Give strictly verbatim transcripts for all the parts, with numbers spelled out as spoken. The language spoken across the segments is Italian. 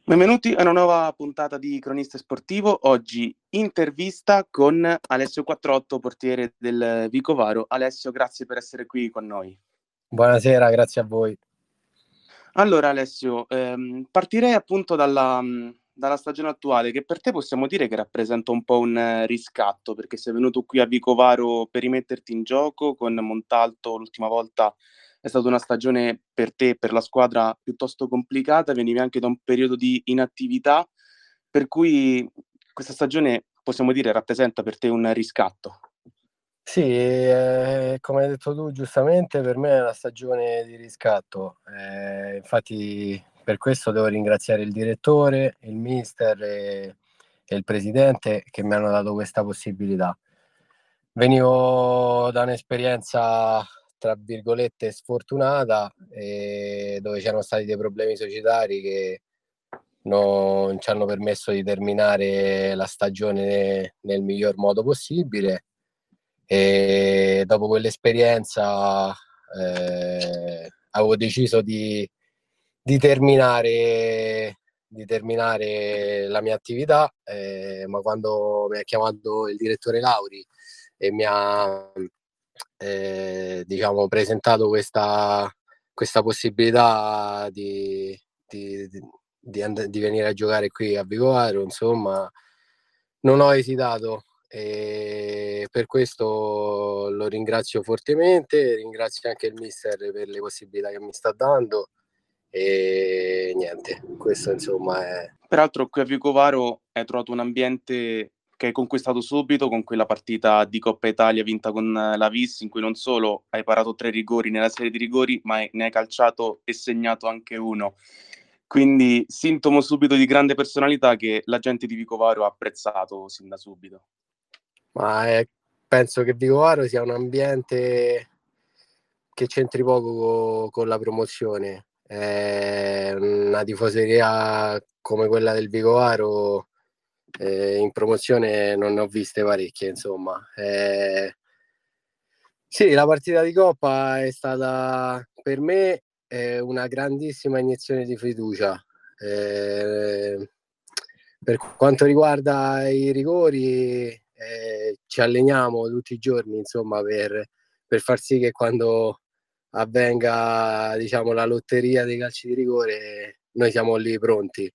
Benvenuti a una nuova puntata di Cronista Sportivo. Oggi intervista con Alessio Quattrotto, portiere del Vicovaro. Alessio, grazie per essere qui con noi. Buonasera, grazie a voi. Allora Alessio, ehm, partirei appunto dalla, dalla stagione attuale, che per te possiamo dire che rappresenta un po' un eh, riscatto, perché sei venuto qui a Vicovaro per rimetterti in gioco con Montalto. L'ultima volta è stata una stagione per te e per la squadra piuttosto complicata, venivi anche da un periodo di inattività, per cui questa stagione possiamo dire rappresenta per te un riscatto. Sì, eh, come hai detto tu giustamente, per me è una stagione di riscatto. Eh, infatti per questo devo ringraziare il direttore, il mister e, e il presidente che mi hanno dato questa possibilità. Venivo da un'esperienza, tra virgolette, sfortunata, eh, dove c'erano stati dei problemi societari che non ci hanno permesso di terminare la stagione nel miglior modo possibile. E dopo quell'esperienza eh, avevo deciso di, di terminare di terminare la mia attività, eh, ma quando mi ha chiamato il direttore Lauri e mi ha eh, diciamo presentato questa, questa possibilità di, di, di, and- di venire a giocare qui a Vicovaro, insomma, non ho esitato e per questo lo ringrazio fortemente, ringrazio anche il mister per le possibilità che mi sta dando e niente, questo insomma è... Peraltro qui a Vicovaro hai trovato un ambiente che hai conquistato subito con quella partita di Coppa Italia vinta con la Vis, in cui non solo hai parato tre rigori nella serie di rigori, ma ne hai calciato e segnato anche uno. Quindi sintomo subito di grande personalità che la gente di Vicovaro ha apprezzato sin da subito. Ma è, penso che Vicovaro sia un ambiente che c'entri poco co- con la promozione. È una tifoseria come quella del Vicovaro, eh, in promozione non ne ho viste parecchie, insomma. Eh, sì, la partita di Coppa è stata per me eh, una grandissima iniezione di fiducia. Eh, per quanto riguarda i rigori, eh, ci alleniamo tutti i giorni, insomma, per, per far sì che quando avvenga, diciamo, la lotteria dei calci di rigore, noi siamo lì pronti.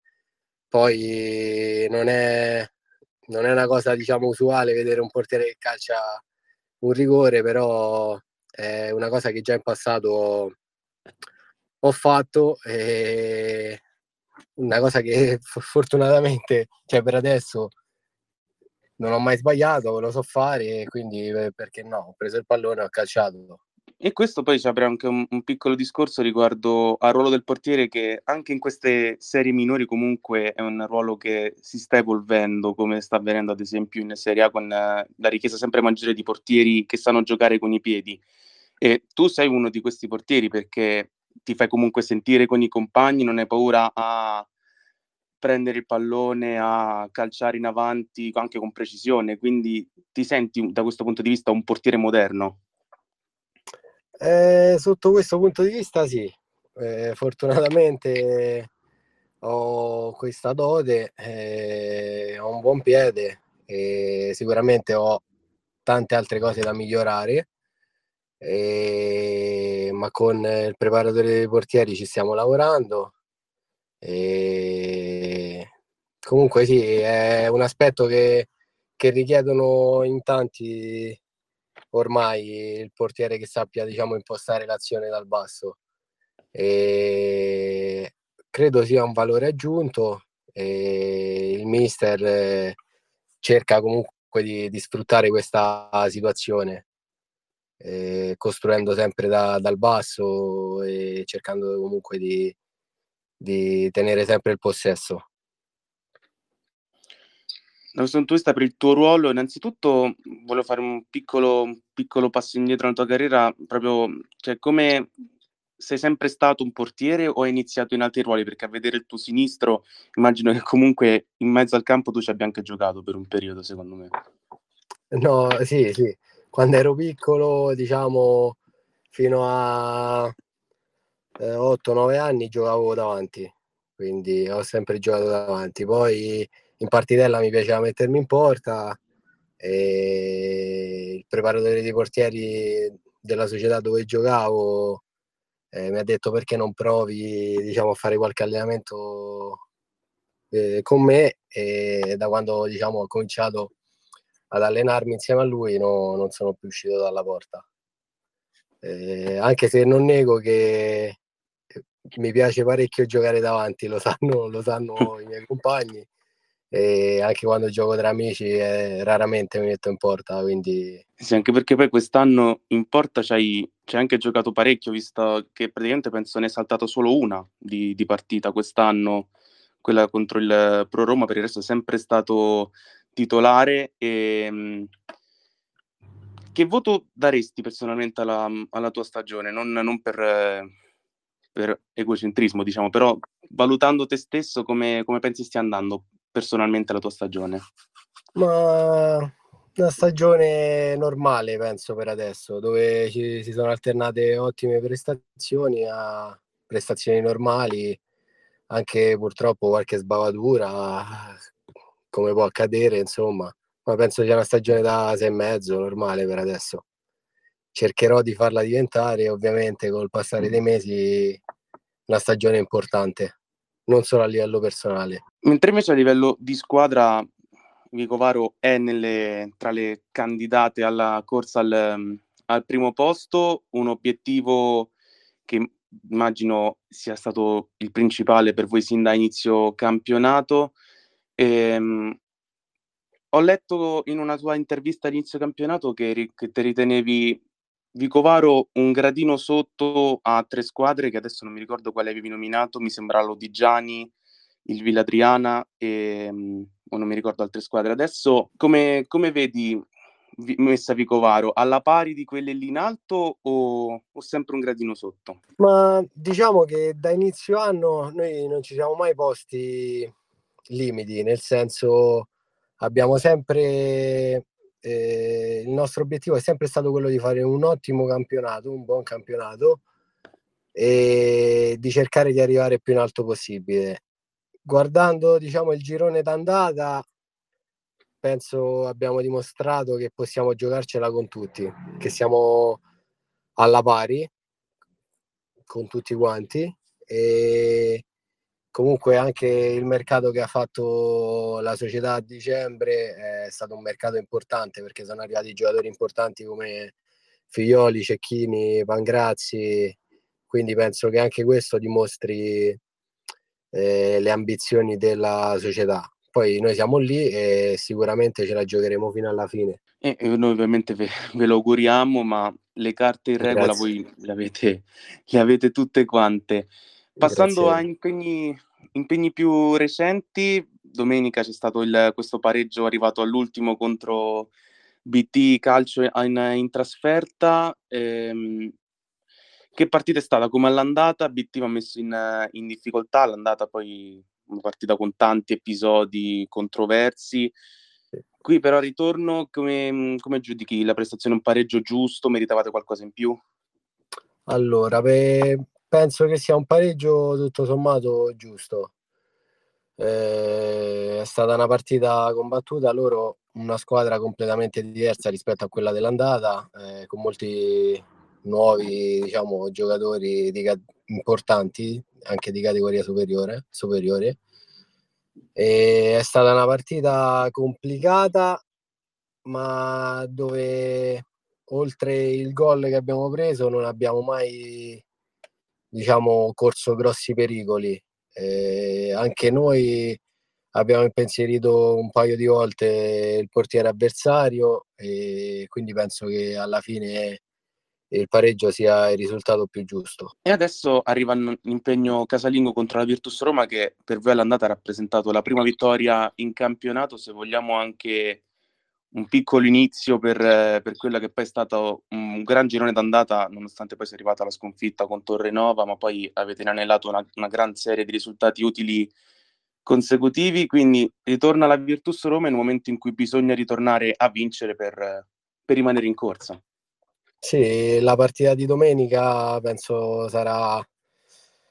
Poi non è, non è una cosa, diciamo, usuale vedere un portiere che calcia un rigore, però è una cosa che già in passato ho fatto e una cosa che fortunatamente, cioè per adesso non ho mai sbagliato, lo so fare, quindi eh, perché no, ho preso il pallone e ho calciato. E questo poi ci apre anche un, un piccolo discorso riguardo al ruolo del portiere, che anche in queste serie minori comunque è un ruolo che si sta evolvendo, come sta avvenendo ad esempio in Serie A con eh, la richiesta sempre maggiore di portieri che sanno giocare con i piedi. E tu sei uno di questi portieri perché ti fai comunque sentire con i compagni, non hai paura a prendere il pallone, a calciare in avanti anche con precisione, quindi ti senti da questo punto di vista un portiere moderno. Eh, sotto questo punto di vista sì, eh, fortunatamente ho questa dote, eh, ho un buon piede e sicuramente ho tante altre cose da migliorare, eh, ma con il preparatore dei portieri ci stiamo lavorando. E comunque sì, è un aspetto che, che richiedono in tanti ormai il portiere che sappia, diciamo, impostare l'azione dal basso. E credo sia un valore aggiunto e il mister eh, cerca comunque di, di sfruttare questa situazione, eh, costruendo sempre da, dal basso e cercando comunque di, di tenere sempre il possesso. Da questo punto di vista, per il tuo ruolo, innanzitutto volevo fare un piccolo, un piccolo passo indietro nella tua carriera, proprio, cioè, come sei sempre stato un portiere o hai iniziato in altri ruoli? Perché a vedere il tuo sinistro, immagino che comunque in mezzo al campo tu ci abbia anche giocato per un periodo, secondo me. No, sì, sì, quando ero piccolo, diciamo, fino a eh, otto nove anni giocavo davanti, quindi ho sempre giocato davanti. Poi in partitella mi piaceva mettermi in porta e il preparatore dei portieri della società dove giocavo eh, mi ha detto perché non provi, diciamo, a fare qualche allenamento eh, con me, e da quando, diciamo, ho cominciato ad allenarmi insieme a lui no, non sono più uscito dalla porta. Eh, anche se non nego che mi piace parecchio giocare davanti, lo sanno, lo sanno i miei compagni, e anche quando gioco tra amici eh, raramente mi metto in porta, quindi... Sì, anche perché poi quest'anno in porta c'hai, c'hai anche giocato parecchio, visto che praticamente penso ne è saltato solo una di, di partita quest'anno, quella contro il Pro Roma, per il resto è sempre stato titolare. E, mh, che voto daresti personalmente alla, alla tua stagione? Non, non per, eh, per egocentrismo, diciamo, però valutando te stesso, come, come pensi stia andando personalmente la tua stagione? Ma una stagione normale, penso, per adesso, dove ci, si sono alternate ottime prestazioni a prestazioni normali, anche purtroppo qualche sbavatura, come può accadere, insomma. Ma penso sia una stagione da sei e mezzo, normale per adesso. Cercherò di farla diventare, ovviamente, col passare dei mesi, una stagione importante, non solo a livello personale. Mentre invece a livello di squadra Vicovaro è nelle, tra le candidate alla corsa al, al primo posto, un obiettivo che immagino sia stato il principale per voi sin da inizio campionato. Ehm, Ho letto in una tua intervista a inizio campionato che, ri- che te ritenevi Vicovaro un gradino sotto a tre squadre che adesso non mi ricordo quale avevi nominato, mi sembra l'Odigiani, il Villadriana e mm, o non mi ricordo altre squadre. Adesso come, come vedi vi- messa Vicovaro? Alla pari di quelle lì in alto o, o sempre un gradino sotto? Ma diciamo che da inizio anno noi non ci siamo mai posti limiti, nel senso abbiamo sempre eh, il nostro obiettivo è sempre stato quello di fare un ottimo campionato, un buon campionato e di cercare di arrivare il più in alto possibile. Guardando, diciamo, il girone d'andata, penso abbiamo dimostrato che possiamo giocarcela con tutti, che siamo alla pari con tutti quanti, e comunque anche il mercato che ha fatto la società a dicembre è stato un mercato importante, perché sono arrivati giocatori importanti come Figlioli, Cecchini, Pangrazzi, quindi penso che anche questo dimostri eh, le ambizioni della società. Poi noi siamo lì e sicuramente ce la giocheremo fino alla fine. E, e noi ovviamente ve, ve lo auguriamo, ma le carte in regola Grazie, voi le avete, le avete tutte quante. Passando grazie. a impegni, impegni più recenti, domenica c'è stato il- questo pareggio arrivato all'ultimo contro B T Calcio in, in trasferta. Ehm, che partita è stata? Come all'andata? B T mi ha messo in, in difficoltà, l'andata poi una partita con tanti episodi controversi. Qui però al ritorno, come, come giudichi la prestazione? Un pareggio giusto? Meritavate qualcosa in più? Allora, beh, penso che sia un pareggio tutto sommato giusto. Eh, è stata una partita combattuta, loro una squadra completamente diversa rispetto a quella dell'andata, eh, con molti nuovi, diciamo, giocatori di ca- importanti, anche di categoria superiore, superiore. E è stata una partita complicata, ma dove oltre il gol che abbiamo preso non abbiamo mai, diciamo, corso grossi pericoli. Eh, anche noi abbiamo impensierito un paio di volte il portiere avversario, e quindi penso che alla fine il pareggio sia il risultato più giusto. E adesso arriva un impegno casalingo contro la Virtus Roma che per voi all'andata ha rappresentato la prima vittoria in campionato, se vogliamo anche un piccolo inizio per, eh, per quella che poi è stato un gran girone d'andata, nonostante poi sia arrivata la sconfitta con Torrenova, ma poi avete inanellato una, una gran serie di risultati utili consecutivi, quindi ritorna la Virtus Roma in un momento in cui bisogna ritornare a vincere per, per rimanere in corsa. Sì, la partita di domenica penso sarà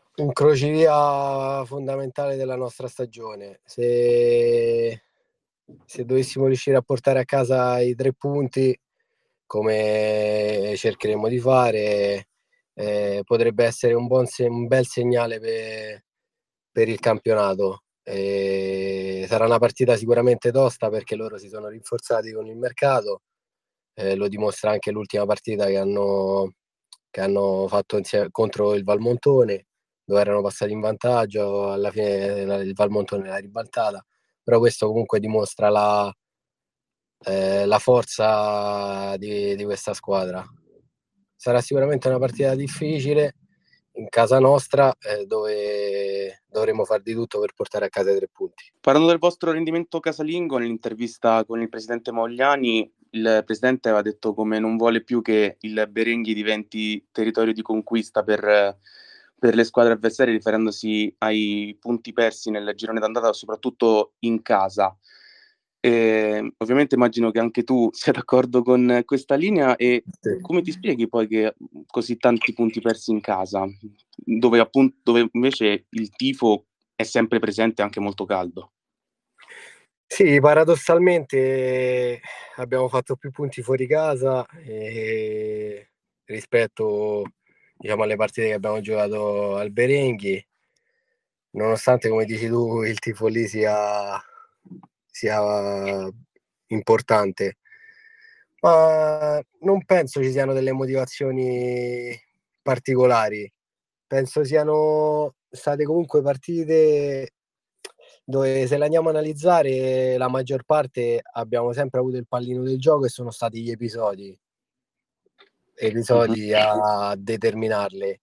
un crocevia fondamentale della nostra stagione. Se, se dovessimo riuscire a portare a casa i tre punti, come cercheremo di fare, eh, potrebbe essere un, buon se- un bel segnale per, per il campionato. Eh, sarà una partita sicuramente tosta perché loro si sono rinforzati con il mercato, eh, lo dimostra anche l'ultima partita che hanno, che hanno fatto insieme, contro il Valmontone, dove erano passati in vantaggio, alla fine il Valmontone l'ha ribaltata, però questo comunque dimostra la, eh, la forza di, di questa squadra. Sarà sicuramente una partita difficile in casa nostra, eh, dove dovremo far di tutto per portare a casa i tre punti. Parlando del vostro rendimento casalingo, nell'intervista con il presidente Mogliani, il presidente aveva detto come non vuole più che il Berenghi diventi territorio di conquista per, per le squadre avversarie, riferendosi ai punti persi nel girone d'andata, soprattutto in casa. E, ovviamente immagino che anche tu sia d'accordo con questa linea e Sì. come ti spieghi poi che così tanti punti persi in casa, dove, appunto, dove invece il tifo è sempre presente e anche molto caldo? Sì, paradossalmente abbiamo fatto più punti fuori casa e rispetto, diciamo, alle partite che abbiamo giocato al Berenghi, nonostante, come dici tu, il tifo lì sia, sia importante, ma non penso ci siano delle motivazioni particolari. Penso siano state comunque partite dove, se le andiamo a analizzare, la maggior parte abbiamo sempre avuto il pallino del gioco e sono stati gli episodi Mhm. episodi a determinarle.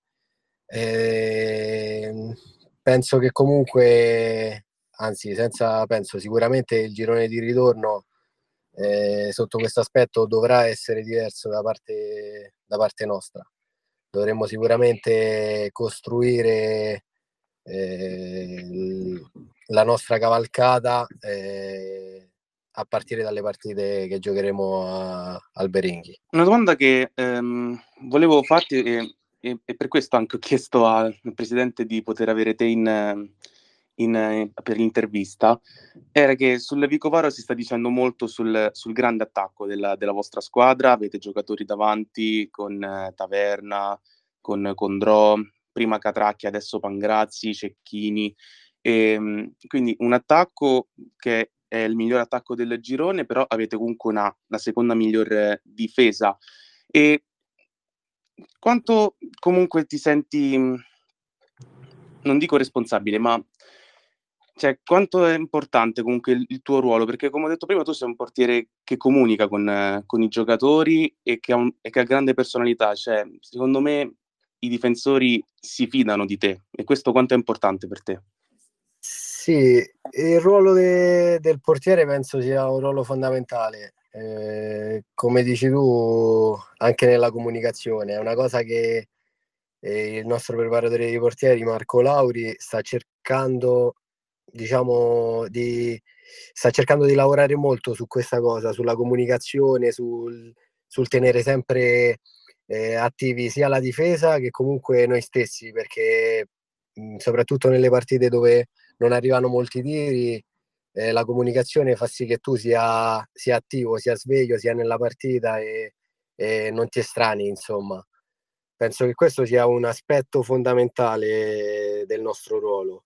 E penso che comunque, anzi, senza penso, sicuramente il girone di ritorno, eh, sotto questo aspetto dovrà essere diverso da parte, da parte nostra. Dovremmo sicuramente costruire, eh, la nostra cavalcata, eh, a partire dalle partite che giocheremo a, al Berenghi. Una domanda che ehm, volevo farti e, e- e per questo anche ho chiesto al presidente di poter avere te in, in, eh, per l'intervista, era che sul Vicovaro si sta dicendo molto sul, sul grande attacco della, della vostra squadra, avete giocatori davanti con eh, Taverna, con Condrò, prima Catracchi, adesso Pangrazzi, Cecchini, e, mh, quindi un attacco che è il miglior attacco del girone, però avete comunque una, la seconda miglior eh, difesa. E quanto comunque ti senti, mh, non dico responsabile, ma cioè, quanto è importante comunque il, il tuo ruolo? Perché come ho detto prima, tu sei un portiere che comunica con, eh, con i giocatori e che, ha un- e che ha grande personalità. Cioè, secondo me i difensori si fidano di te e questo quanto è importante per te? Sì, il ruolo de- del portiere penso sia un ruolo fondamentale. Eh, come dici tu, anche nella comunicazione, è una cosa che, eh, il nostro preparatore di portieri, Marco Lauri, sta cercando, diciamo, di, sta cercando di lavorare molto su questa cosa, sulla comunicazione, sul, sul tenere sempre, eh, attivi sia la difesa che comunque noi stessi, perché mh, soprattutto nelle partite dove non arrivano molti tiri, eh, la comunicazione fa sì che tu sia, sia attivo, sia sveglio, sia nella partita e, e non ti estranei, insomma. Penso che questo sia un aspetto fondamentale del nostro ruolo.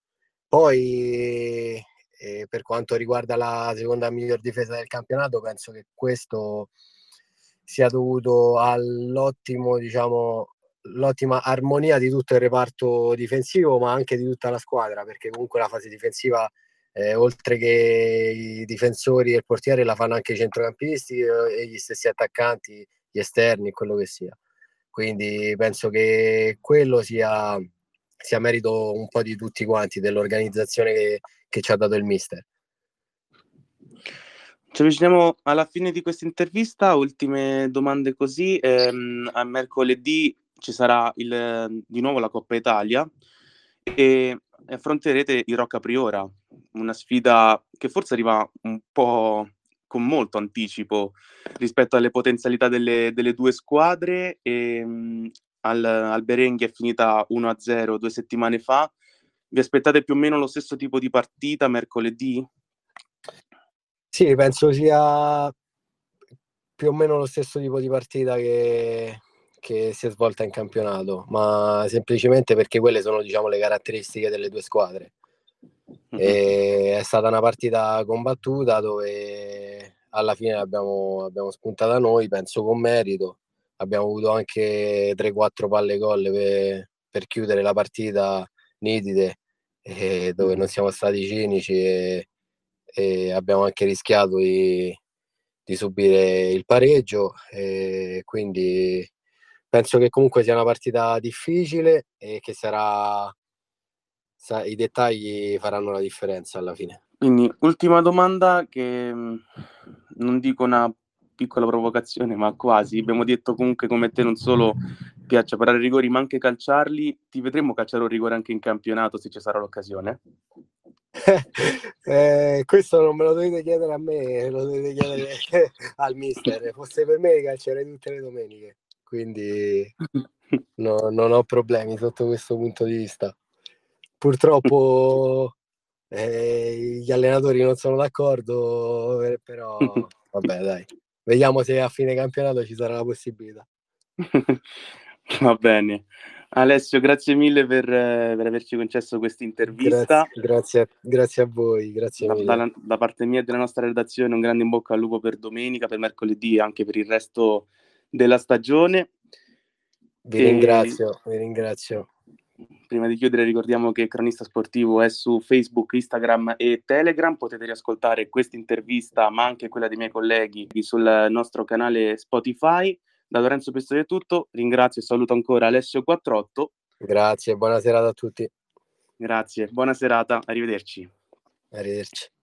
Poi, eh, per quanto riguarda la seconda miglior difesa del campionato, penso che questo sia dovuto all'ottimo, diciamo, l'ottima armonia di tutto il reparto difensivo, ma anche di tutta la squadra, perché comunque la fase difensiva, eh, oltre che i difensori e il portiere, la fanno anche i centrocampisti, eh, e gli stessi attaccanti, gli esterni, quello che sia. Quindi penso che quello sia, sia merito un po' di tutti quanti, dell'organizzazione che, che ci ha dato il mister. Ci avviciniamo alla fine di questa intervista, ultime domande così. Ehm, a mercoledì ci sarà il, di nuovo la Coppa Italia e affronterete il Rocca Priora, una sfida che forse arriva un po' con molto anticipo rispetto alle potenzialità delle, delle due squadre. E, mh, al, al Berenghi è finita uno a zero due settimane fa. Vi aspettate più o meno lo stesso tipo di partita mercoledì? Sì, penso sia più o meno lo stesso tipo di partita che, che si è svolta in campionato, ma semplicemente perché quelle sono, diciamo, le caratteristiche delle due squadre. Mm-hmm. E è stata una partita combattuta dove alla fine abbiamo, abbiamo spuntata noi, penso con merito. Abbiamo avuto anche tre quattro palle gol per, per chiudere la partita nitide, e dove non siamo stati cinici e, e abbiamo anche rischiato di, di subire il pareggio, e quindi penso che comunque sia una partita difficile e che sarà, sa, i dettagli faranno la differenza alla fine. Quindi, ultima domanda che mh, non dico una piccola provocazione, ma quasi. Abbiamo detto comunque come te non solo piace parare rigori, ma anche calciarli. Ti vedremo calciare un rigore anche in campionato se ci sarà l'occasione? eh, questo non me lo dovete chiedere a me, lo dovete chiedere al mister. Fosse per me calcerei tutte le domeniche, quindi no, non ho problemi sotto questo punto di vista. Purtroppo eh, gli allenatori non sono d'accordo, eh, però vabbè, dai, vediamo se a fine campionato ci sarà la possibilità. Va bene. Alessio, grazie mille per, eh, per averci concesso questa intervista. Grazie, grazie, grazie a voi, grazie Da, mille. da, da parte mia e della nostra redazione un grande in bocca al lupo per domenica, per mercoledì e anche per il resto della stagione. Vi E ringrazio, vi ringrazio. prima di chiudere ricordiamo che Cronista Sportivo è su Facebook, Instagram e Telegram. Potete riascoltare questa intervista, ma anche quella dei miei colleghi, sul nostro canale Spotify. Da Lorenzo Pestore è tutto. Ringrazio e saluto ancora Alessio Quattrotto. Grazie, buona serata a tutti. Grazie, buona serata, arrivederci. Arrivederci.